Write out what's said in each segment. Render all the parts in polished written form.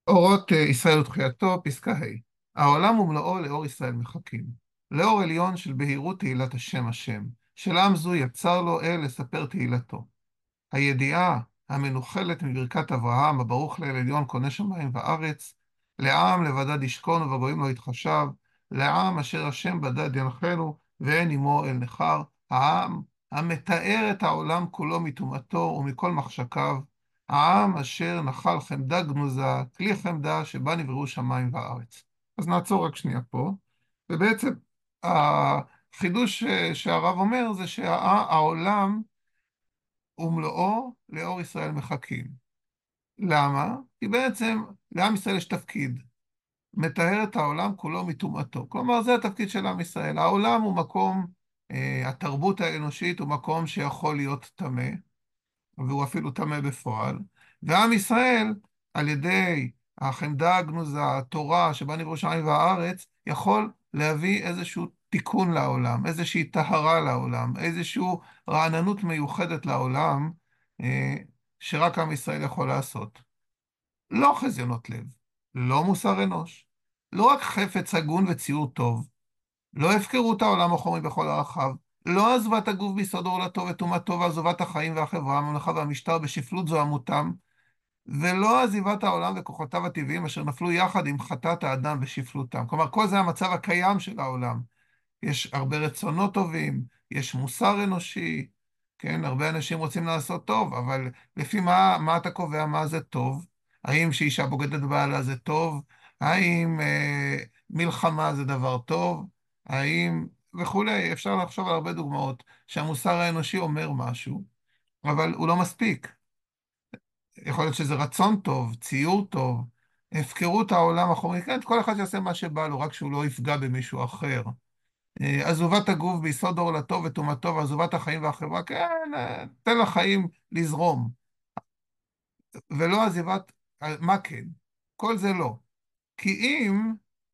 אורות ישראל ותחייתו, פסקה ה'. העולם ומלואו לאור ישראל מחכים. לאור עליון של בהירות תהילת השם השם, של עם זו יצר לו אל לספר תהילתו. הידיעה המנוחלת מברכת אברהם, הברוך לאל עליון קונה שמיים וארץ, לעם לבדד ישכון ובגויים לא יתחשב, לעם אשר השם בדד ינחנו ואין עמו אל נכר, העם המתאר את העולם כולו מטומאתו ומכל מחשקיו, העם אשר נחל חמדה גנוזה, כלי חמדה שבה נבראו שמיים וארץ. אז נעצור רק שנייה פה, ובעצם החידוש שהרב אומר זה שהעולם ומלואו לאור ישראל מחכים. למה? כי בעצם לעם ישראל יש תפקיד, מטהר את העולם כולו מטומאתו. כלומר, זה התפקיד של עם ישראל. העולם הוא מקום, התרבות האנושית הוא מקום שיכול להיות טמא, והוא אפילו טמא בפועל. ועם ישראל, על ידי החמדה הגנוזה, התורה שבה נבראו שמיים והארץ, יכול להביא איזשהו תיקון לעולם, איזושהי טהרה לעולם, איזושהי רעננות מיוחדת לעולם, שרק עם ישראל יכול לעשות. לא חזיונות לב, לא מוסר אנוש, לא רק חפץ הגון וציור טוב, לא הפקרות העולם החומרי בכל הרחב, לא עזבת הגוף ביסוד עורלתו וטומאתו ועזובת החיים והחברה, הממלכה והמשטר בשפלות זוהמותם, ולא עזיבת העולם וכוחותיו הטבעיים אשר נפלו יחד עם חטאת האדם ושפלותם. כלומר, כל זה המצב הקיים של העולם. יש הרבה רצונות טובים, יש מוסר אנושי, כן? הרבה אנשים רוצים לעשות טוב, אבל לפי מה אתה קובע מה זה טוב? האם שאישה בוגדת בעלה זה טוב? האם מלחמה זה דבר טוב? האם וכולי? אפשר לחשוב על הרבה דוגמאות שהמוסר האנושי אומר משהו, אבל הוא לא מספיק. יכול להיות שזה רצון טוב, ציור טוב, הפקרות העולם החומרי, כן, כל אחד יעשה מה שבא לו, רק שהוא לא יפגע במישהו אחר. עזובת הגוף ביסוד עורלתו וטומאתו ועזובת החיים והחברה, כן, תן לחיים לזרום. ולא עזיבת, מה כן? כל זה לא. כי אם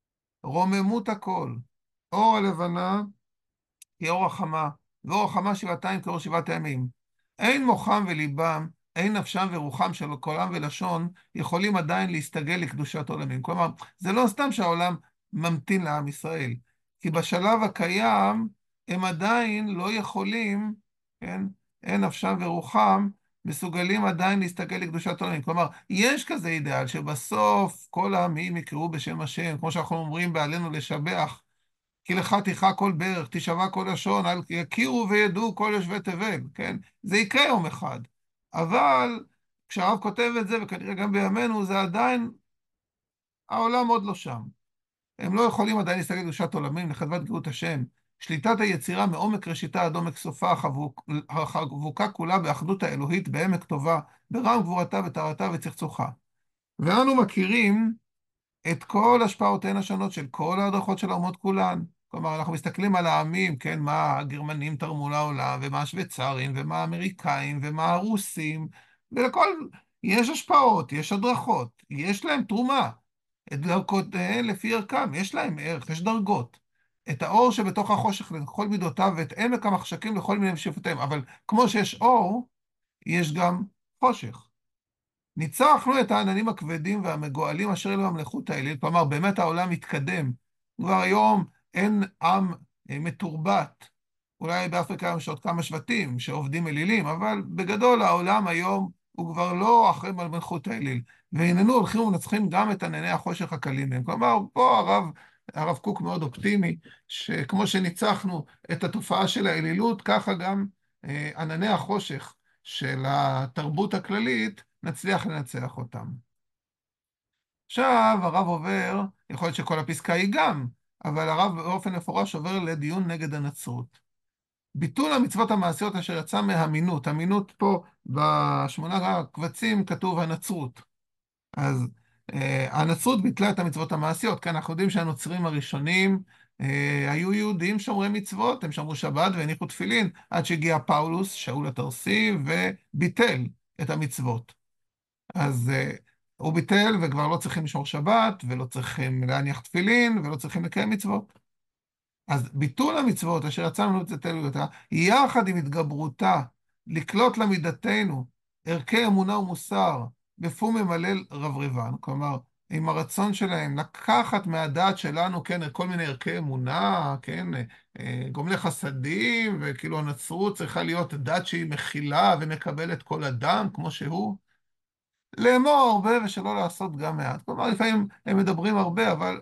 רוממות הכל, אור הלבנה כאור החמה, ואור החמה שבעתיים כאור שבעת הימים. אין מוחם וליבם, אין נפשם ורוחם של כל עם ולשון, יכולים עדיין להסתגל לקדושת עולמים. כלומר, זה לא סתם שהעולם ממתין לעם ישראל, כי בשלב הקיים הם עדיין לא יכולים, כן, אין נפשם ורוחם, מסוגלים עדיין להסתגל לקדושת עולמים. כלומר, יש כזה אידאל שבסוף כל העמים יקראו בשם השם, כמו שאנחנו אומרים בעלינו לשבח, כי לך תכרע כל ברך, תשבע כל לשון, אל יכירו וידעו כל יושבי תבל, כן? זה יקרה יום אחד. אבל כשהרב כותב את זה, וכנראה גם בימינו, זה עדיין, העולם עוד לא שם. הם לא יכולים עדיין להסתכל קדושת עולמים, לחדוות גאות השם. שליטת היצירה מעומק ראשיתה עד עומק סופה, החבוקה כולה באחדות האלוהית, בעמק טובה, ברם גבורתה וטהרתה וצחצוחה. ואנו מכירים את כל השפעותיהן השונות של כל ההדרכות של האומות כולן. כלומר, אנחנו מסתכלים על העמים, כן, מה הגרמנים תרמו לעולם, ומה השוויצרים, ומה האמריקאים, ומה הרוסים, ולכל, יש השפעות, יש הדרכות, יש להם תרומה. את דרכותיהן לפי ערכם, יש להם ערך, יש דרגות. את האור שבתוך החושך לכל מידותיו, ואת עמק המחשכים לכל מיני שאיפותיהם. אבל כמו שיש אור, יש גם חושך. ניצחנו את העננים הכבדים והמגואלים אשר אלו המלכות האלית, כלומר באמת העולם מתקדם. כבר היום אין עם מתורבת, אולי באפריקה יש עוד כמה שבטים שעובדים אלילים, אבל בגדול העולם היום הוא כבר לא אחרי מלכות האליל. והננו הולכים ומנצחים גם את ענני החושך הקלים מהם. כלומר, פה הרב קוק מאוד אופטימי, שכמו שניצחנו את התופעה של האלילות, ככה גם ענני החושך של התרבות הכללית, נצליח לנצח אותם. עכשיו הרב עובר, יכול להיות שכל הפסקה היא גם, אבל הרב באופן מפורש עובר לדיון נגד הנצרות. ביטול המצוות המעשיות אשר יצא מהמינות, המינות פה בשמונה הקבצים כתוב הנצרות. אז הנצרות ביטלה את המצוות המעשיות, כי אנחנו יודעים שהנוצרים הראשונים היו יהודים שומרי מצוות, הם שמרו שבת והניחו תפילין, עד שהגיע פאולוס, שאול התרסי, וביטל את המצוות. אז הוא ביטל וכבר לא צריכים לשמור שבת, ולא צריכים להניח תפילין, ולא צריכים לקיים מצוות. אז ביטול המצוות אשר יצאנו לצאתנו אותה, יחד עם התגברותה, לקלוט למידתנו ערכי אמונה ומוסר, בפום ממלל רברבן, כלומר, עם הרצון שלהם לקחת מהדעת שלנו, כן, כל מיני ערכי אמונה, כן, גומלי חסדים, וכאילו הנצרות צריכה להיות דת שהיא מכילה ומקבלת כל אדם כמו שהוא. לאמור הרבה ושלא לעשות גם מעט. כלומר, לפעמים הם מדברים הרבה, אבל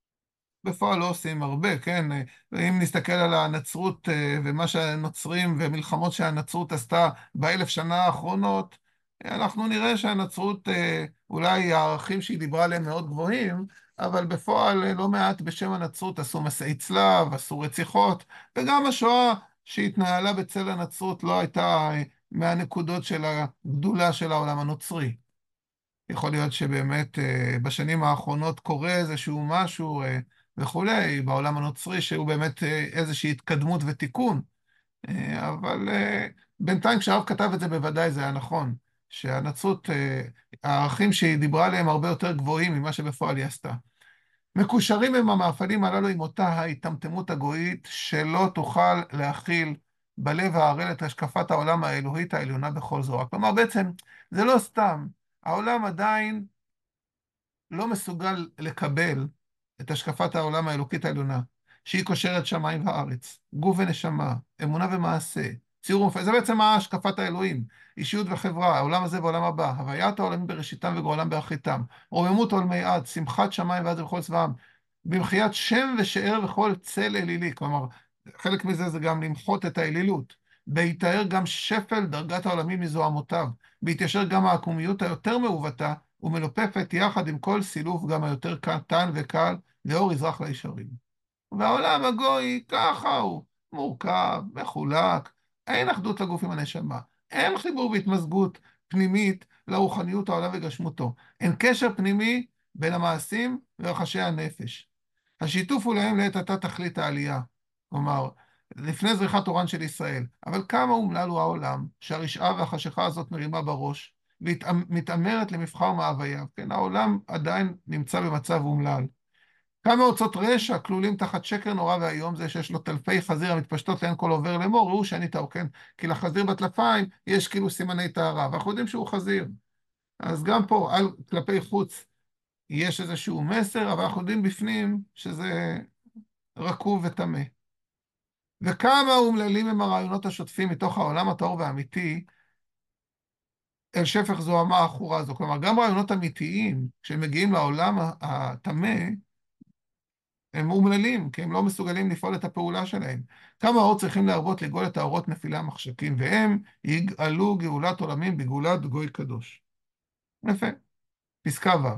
בפועל לא עושים הרבה, כן? אם נסתכל על הנצרות ומה שהנוצרים ומלחמות שהנצרות עשתה באלף שנה האחרונות, אנחנו נראה שהנצרות, אולי הערכים שהיא דיברה עליהם מאוד גבוהים, אבל בפועל לא מעט בשם הנצרות עשו מסעי צלב, עשו רציחות, וגם השואה שהתנהלה בצל הנצרות לא הייתה מהנקודות של הגדולה של העולם הנוצרי. יכול להיות שבאמת בשנים האחרונות קורה איזשהו משהו וכולי, בעולם הנוצרי, שהוא באמת איזושהי התקדמות ותיקון. אבל בינתיים כשהרב כתב את זה בוודאי זה היה נכון, שהנצרות, הערכים שהיא דיברה עליהם הרבה יותר גבוהים ממה שבפועל היא עשתה. מקושרים הם המאפלים הללו עם אותה ההיטמטמות הגויית שלא תוכל להכיל בלב הערל את השקפת העולם האלוהית העליונה בכל זרוע. כלומר, בעצם זה לא סתם. העולם עדיין לא מסוגל לקבל את השקפת העולם האלוקית העליונה, שהיא קושרת שמיים וארץ, גוף ונשמה, אמונה ומעשה, ציור ומופת, זה בעצם השקפת האלוהים, אישיות וחברה, העולם הזה והעולם הבא, הוויית העולמים בראשיתם וגורלם באחריתם, רוממות עולמי עד, שמחת שמיים ועד וכל צבאם, במחיית שם ושאר וכל צל אלילי, כלומר, חלק מזה זה גם למחות את האלילות, בהיטהר גם שפל דרגת העולמים מזוהמותיו, בהתיישר גם העקומיות היותר מעוותת ומלופפת יחד עם כל סילוף גם היותר קטן וקל לאור יזרח לישרים. והעולם הגוי ככה הוא, מורכב, מחולק, אין אחדות לגוף עם הנשמה, אין חיבור והתמזגות פנימית לרוחניות העולם וגשמותו, אין קשר פנימי בין המעשים ורחשי הנפש. השיתוף הוא להם לעת עתה תכלית העלייה. כלומר, לפני זריחת אורן של ישראל, אבל כמה אומלל הוא העולם, שהרשעה והחשיכה הזאת מרימה בראש, ומתעמרת למבחר מאווייו. כן, העולם עדיין נמצא במצב אומלל. כמה אוצרות רשע כלולים תחת שקר נורא ואיום זה שיש לו טלפי חזיר המתפשטות לעין כל עובר לאמור, ראו שאני טעו, כן? כי לחזיר בטלפיים יש כאילו סימני טהרה, ואנחנו יודעים שהוא חזיר. אז גם פה, כלפי חוץ, יש איזשהו מסר, אבל אנחנו יודעים בפנים שזה רקוב וטמא. וכמה אומללים הם הרעיונות השוטפים מתוך העולם הטהור והאמיתי אל שפך זוהמה העכורה הזו. כלומר, גם רעיונות אמיתיים, כשהם מגיעים לעולם הטמא, הם אומללים, כי הם לא מסוגלים לפעול את הפעולה שלהם. כמה אור צריכים להרבות לגאול את האורות נפילי המחשכים, והם יגאלו גאולת עולמים בגאולת גוי קדוש. יפה. פסקה ו'.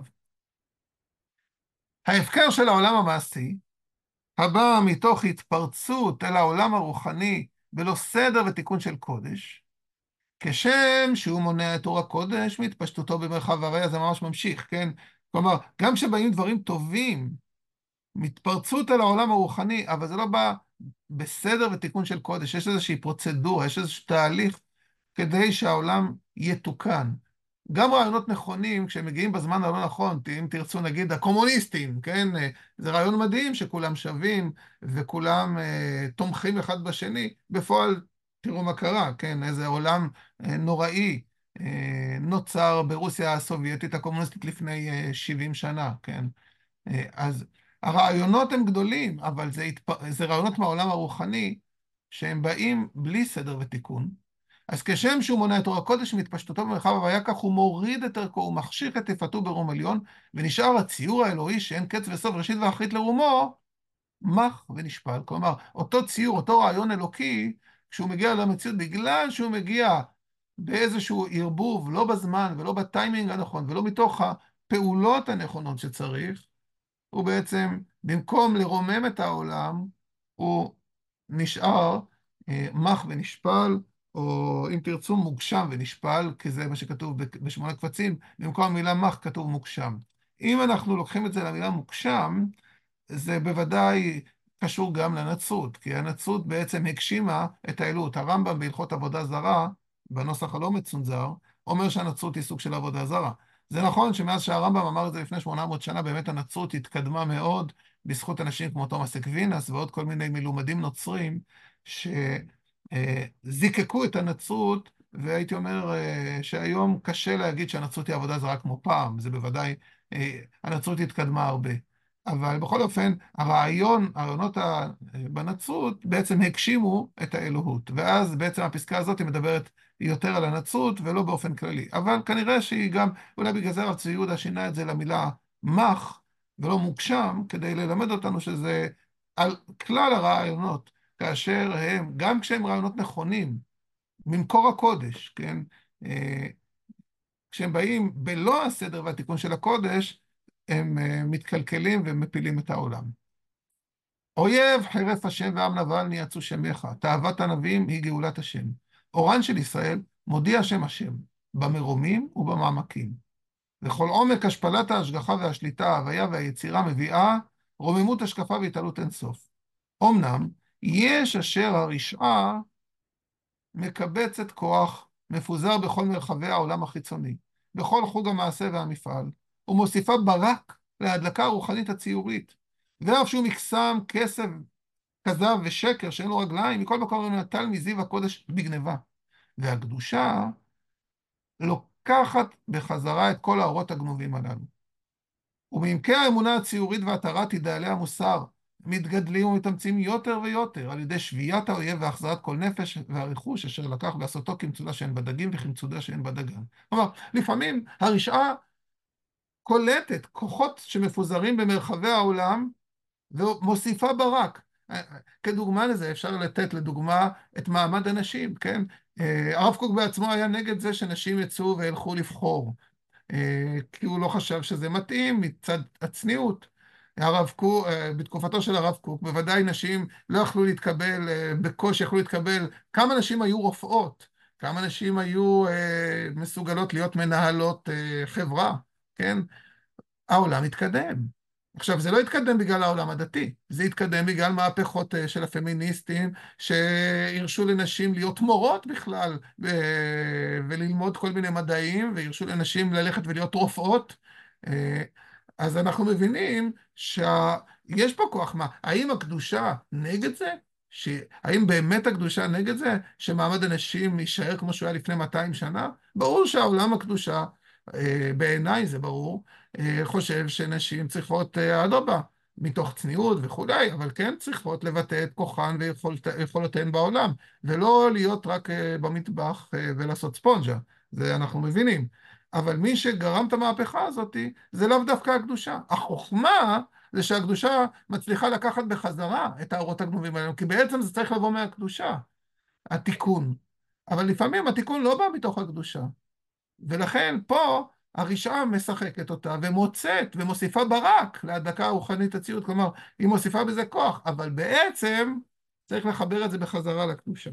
ההפקר של העולם המעשי, הבא מתוך התפרצות אל העולם הרוחני בלא סדר ותיקון של קודש, כשם שהוא מונע את אור הקודש מהתפשטותו במרחב הוויה, זה ממש ממשיך, כן? כלומר, גם כשבאים דברים טובים, מתפרצות אל העולם הרוחני, אבל זה לא בא בסדר ותיקון של קודש, יש איזושהי פרוצדורה, יש איזשהו תהליך כדי שהעולם יתוקן. גם רעיונות נכונים, כשהם מגיעים בזמן הלא נכון, אם תרצו נגיד הקומוניסטים, כן? זה רעיון מדהים שכולם שווים וכולם תומכים אחד בשני. בפועל, תראו מה קרה, כן? איזה עולם נוראי נוצר ברוסיה הסובייטית הקומוניסטית לפני 70 שנה, כן? אז הרעיונות הם גדולים, אבל זה רעיונות מהעולם הרוחני שהם באים בלי סדר ותיקון. אז כשם שהוא מונע את אור הקודש מהתפשטותו במרחב הוויה, כך הוא מוריד את ערכו, הוא מחשיך את יפתו ברום עליון, ונשאר הציור האלוהי שאין קץ וסוף, ראשית ואחרית לרומו, מח ונשפל. כלומר, אותו ציור, אותו רעיון אלוקי, כשהוא מגיע למציאות, בגלל שהוא מגיע באיזשהו ערבוב, לא בזמן ולא בטיימינג הנכון, ולא מתוך הפעולות הנכונות שצריך, הוא בעצם, במקום לרומם את העולם, הוא נשאר מח ונשפל, או אם תרצו מוגשם ונשפל, כי זה מה שכתוב בשמונה קבצים, במקום המילה מח כתוב מוגשם. אם אנחנו לוקחים את זה למילה מוגשם, זה בוודאי קשור גם לנצרות, כי הנצרות בעצם הגשימה את האלוהות. הרמב"ם בהלכות עבודה זרה, בנוסח הלא מצונזר, אומר שהנצרות היא סוג של עבודה זרה. זה נכון שמאז שהרמב"ם אמר את זה לפני 800 שנה, באמת הנצרות התקדמה מאוד, בזכות אנשים כמו תומאס אקווינס ועוד כל מיני מלומדים נוצרים, שזיקקו את הנצרות, והייתי אומר שהיום קשה להגיד שהנצרות היא עבודה זרה כמו פעם, זה בוודאי הנצרות התקדמה הרבה. אבל בכל אופן, הרעיונות בנצרות בעצם הגשימו את האלוהות, ואז בעצם הפסקה הזאת מדברת יותר על הנצרות ולא באופן כללי. אבל כנראה שהיא גם, אולי בגלל זה הרב צבי יהודה שינה את זה למילה מח ולא מוגשם, כדי ללמד אותנו שזה על כלל הרעיונות, כאשר הם, גם כשהם רעיונות נכונים, ממקור הקודש, כן? אה, כשהם באים בלא הסדר והתיקון של הקודש, הם מתקלקלים ומפילים את העולם. אויב חרף השם ועם נבל ניאצו שמך, תאוות הנביאים היא גאולת השם. אורן של ישראל מודיע שם השם, במרומים ובמעמקים. לכל עומק השפלת ההשגחה והשליטה, ההוויה והיצירה מביאה רוממות השקפה והתעלות אינסוף. אמנם יש אשר הרשעה מקבצת כוח, מפוזר בכל מרחבי העולם החיצוני, בכל חוג המעשה והמפעל, ומוסיפה ברק להדלקה הרוחנית הציורית, ואף שהוא מקסם כסף, כזב ושקר שאין לו רגליים, מכל מקום הוא נטל מזיו הקודש בגניבה. והקדושה לוקחת בחזרה את כל האורות הגנובים הללו. ומעמקי האמונה הציורית והתרת אידאלי המוסר מתגדלים ומתאמצים יותר ויותר על ידי שביית האויב והחזרת כל נפש והרכוש אשר לקח בעשותו כמצודה שאין בדגים וכמצודה שאין בדגן. כלומר, לפעמים הרשעה קולטת כוחות שמפוזרים במרחבי העולם ומוסיפה ברק. כדוגמה לזה אפשר לתת לדוגמה את מעמד הנשים, כן? הרב קוק בעצמו היה נגד זה שנשים יצאו וילכו לבחור. כי הוא לא חשב שזה מתאים מצד הצניעות. הרב קוק, בתקופתו של הרב קוק, בוודאי נשים לא יכלו להתקבל, בקושי יכלו להתקבל. כמה נשים היו רופאות? כמה נשים היו מסוגלות להיות מנהלות חברה, כן? העולם התקדם. עכשיו, זה לא התקדם בגלל העולם הדתי, זה התקדם בגלל מהפכות של הפמיניסטים, שהרשו לנשים להיות מורות בכלל, וללמוד כל מיני מדעים, והרשו לנשים ללכת ולהיות רופאות. אז אנחנו מבינים שיש פה כוח. מה, האם הקדושה נגד זה? האם באמת הקדושה נגד זה? שמעמד הנשים יישאר כמו שהוא היה לפני 200 שנה? ברור שהעולם הקדושה, בעיניי זה ברור, חושב שנשים צריכות אדרבה, מתוך צניעות וכולי, אבל כן צריכות לבטא את כוחן ויכולותיהן בעולם, ולא להיות רק במטבח ולעשות ספונג'ה, זה אנחנו מבינים. אבל מי שגרם את המהפכה הזאת זה לאו דווקא הקדושה. החוכמה זה שהקדושה מצליחה לקחת בחזרה את האורות הגנובים האלה, כי בעצם זה צריך לבוא מהקדושה, התיקון. אבל לפעמים התיקון לא בא מתוך הקדושה. ולכן פה הרשעה משחקת אותה ומוצאת ומוסיפה ברק להדלקה הרוחנית הציוד, כלומר היא מוסיפה בזה כוח, אבל בעצם צריך לחבר את זה בחזרה לקדושה.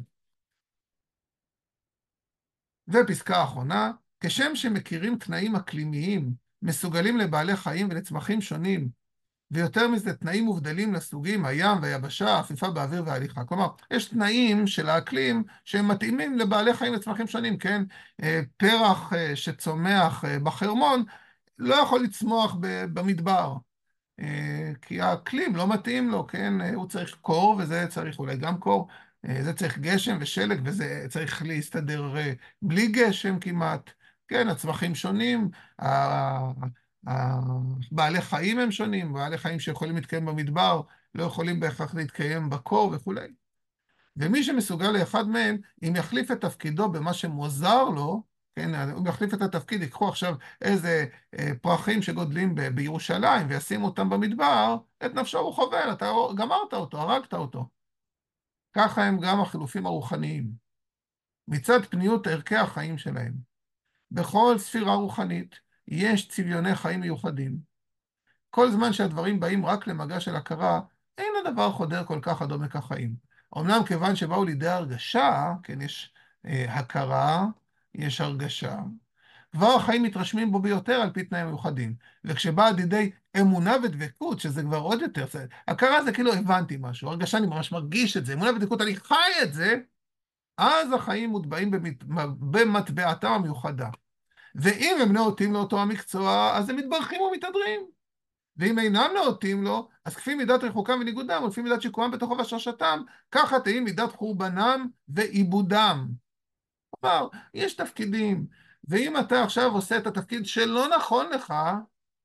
ופסקה אחרונה, כשם שמכירים תנאים אקלימיים מסוגלים לבעלי חיים ולצמחים שונים, ויותר מזה תנאים מובדלים לסוגים, הים והיבשה, האפיפה באוויר וההליכה. כלומר, יש תנאים של האקלים שהם מתאימים לבעלי חיים וצמחים שונים, כן? פרח שצומח בחרמון לא יכול לצמוח במדבר, כי האקלים לא מתאים לו, כן? הוא צריך קור, וזה צריך אולי גם קור, זה צריך גשם ושלג, וזה צריך להסתדר בלי גשם כמעט. כן, הצמחים שונים, בעלי חיים הם שונים, בעלי חיים שיכולים להתקיים במדבר, לא יכולים בהכרח להתקיים בקור וכולי. ומי שמסוגל לאחד מהם, אם יחליף את תפקידו במה שמוזר לו, כן, הוא יחליף את התפקיד, ייקחו עכשיו איזה פרחים שגודלים בירושלים וישימו אותם במדבר, את נפשו הוא חובל, אתה גמרת אותו, הרגת אותו. ככה הם גם החילופים הרוחניים, מצד פניות ערכי החיים שלהם. בכל ספירה רוחנית יש צביוני חיים מיוחדים. כל זמן שהדברים באים רק למגע של הכרה, אין הדבר חודר כל כך עד עומק החיים. אמנם כיוון שבאו לידי הרגשה, כן, יש הכרה, יש הרגשה, כבר החיים מתרשמים בו ביותר על פי תנאים מיוחדים. וכשבא עד ידי אמונה ודבקות, שזה כבר עוד יותר, הכרה זה כאילו הבנתי משהו, הרגשה אני ממש מרגיש את זה, אמונה ודבקות אני חי את זה, אז החיים מוטבעים במטבעתם המיוחדה. ואם הם נאותים לאותו המקצוע, אז הם מתברכים ומתהדרים. ואם אינם נאותים לו, אז כפי מידת רחוקם וניגודם, ולפי מידת שיקועם בתוכו והשרשתם, ככה תהי מידת חורבנם ועיבודם. כלומר, יש תפקידים, ואם אתה עכשיו עושה את התפקיד שלא נכון לך,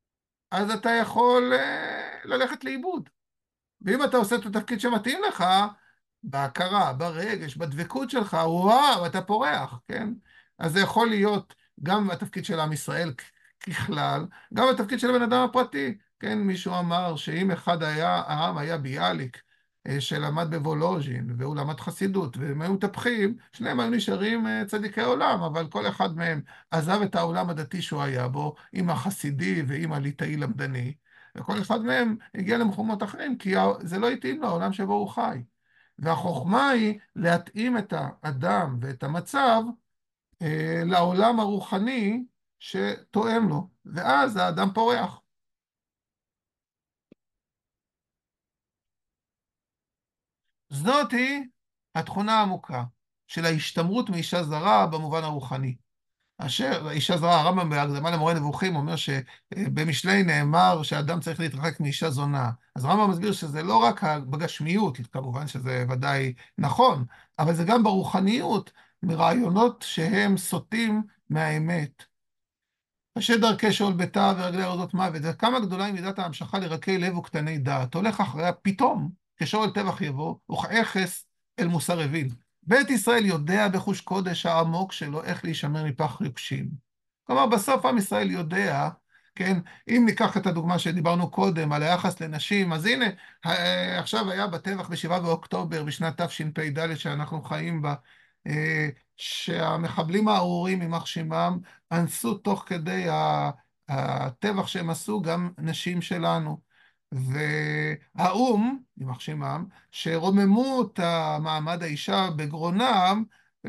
אז אתה יכול ללכת לאיבוד. ואם אתה עושה את התפקיד שמתאים לך, בהכרה, ברגש, בדבקות שלך, וואו, אתה פורח, כן? אז זה יכול להיות גם התפקיד של עם ישראל ככלל, גם התפקיד של הבן אדם הפרטי, כן? מישהו אמר שאם אחד היה, העם היה ביאליק, שלמד בוולוז'ין, והוא למד חסידות, והם היו מתהפכים, שניהם היו נשארים צדיקי עולם, אבל כל אחד מהם עזב את העולם הדתי שהוא היה בו, עם החסידי ועם הליטאי למדני, וכל אחד מהם הגיע למקומות אחרים, כי זה לא התאים לו, העולם שבו הוא חי. והחוכמה היא להתאים את האדם ואת המצב לעולם הרוחני שתואם לו, ואז האדם פורח. זאת היא התכונה העמוקה של ההשתמרות מאישה זרה במובן הרוחני. אשר אישה זרה, הרמב"ם בהקדמה למורה נבוכים אומר שבמשלי נאמר שאדם צריך להתרחק מאישה זונה. אז הרמב"ם מסביר שזה לא רק בגשמיות, כמובן שזה ודאי נכון, אבל זה גם ברוחניות, מרעיונות שהם סוטים מהאמת. ראשי דרכי שאול ביתה ורגלי ארזות מוות, וכמה גדולה היא מידת ההמשכה לרכי לב וקטני דעת, הולך אחריה פתאום, כשאול טבח יבוא, וכאכס אל מוסר אוויל. בית ישראל יודע בחוש קודש העמוק שלו איך להישמר מפח רגשים. כלומר, בסוף עם ישראל יודע, כן, אם ניקח את הדוגמה שדיברנו קודם, על היחס לנשים, אז הנה, עכשיו היה בטבח ב7 באוקטובר, בשנת תשפ"ד שאנחנו חיים בה, שהמחבלים הארורים, יימח שמם, אנסו תוך כדי הטבח שהם עשו גם נשים שלנו. והאו"ם, יימח שמם, שרוממו את מעמד האישה בגרונם,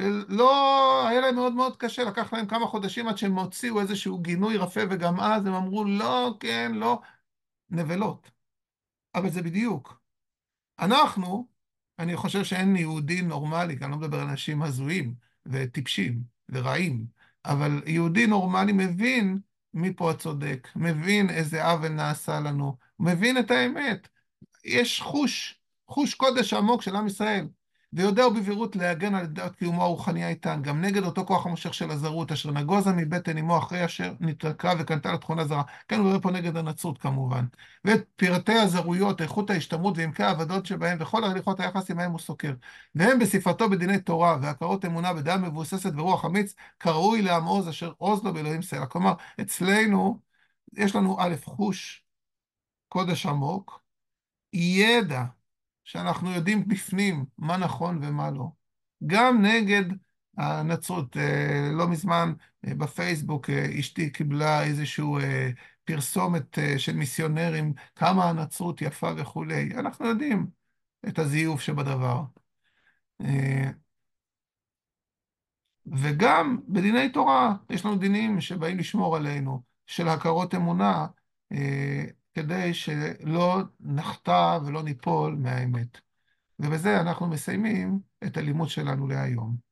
לא, היה להם מאוד מאוד קשה, לקח להם כמה חודשים עד שהם הוציאו איזשהו גינוי רפה, וגם אז הם אמרו, לא, כן, לא, נבלות. אבל זה בדיוק. אנחנו, אני חושב שאין יהודי נורמלי, כי אני לא מדבר על אנשים הזויים וטיפשים ורעים, אבל יהודי נורמלי מבין מי פה הצודק, מבין איזה עוול נעשה לנו, מבין את האמת. יש חוש קודש עמוק של עם ישראל, ויודע בבירות להגן על דעת קיומו הרוחני האיתן, גם נגד אותו כוח המושך של הזרות, אשר נגוזה מבטן אמו אחרי אשר נתרקה וקנתה לתכונה זרה. כן, הוא מדבר פה נגד הנצרות כמובן. ואת פרטי הזרויות, איכות ההשתמרות ועמקי העבדות שבהם, וכל הליכות היחס עמהם הוא סוקר. והם בספרתו בדיני תורה, והכרות אמונה בדעה מבוססת ורוח אמיץ, כראוי לעם עוז, אשר עוז לו באלוהים סלע. כלומר, אצלנו, יש לנו א', חוש קודש עמוק, ידע שאנחנו יודעים בפנים מה נכון ומה לא. גם נגד הנצרות. לא מזמן בפייסבוק אשתי קיבלה איזשהו פרסומת של מיסיונרים, כמה הנצרות יפה וכולי. אנחנו יודעים את הזיוף שבדבר. אה, וגם בדיני תורה יש לנו דינים שבאים לשמור עלינו, של הכרות אמונה, כדי שלא נחטא ולא ניפול מהאמת. ובזה אנחנו מסיימים את הלימוד שלנו להיום.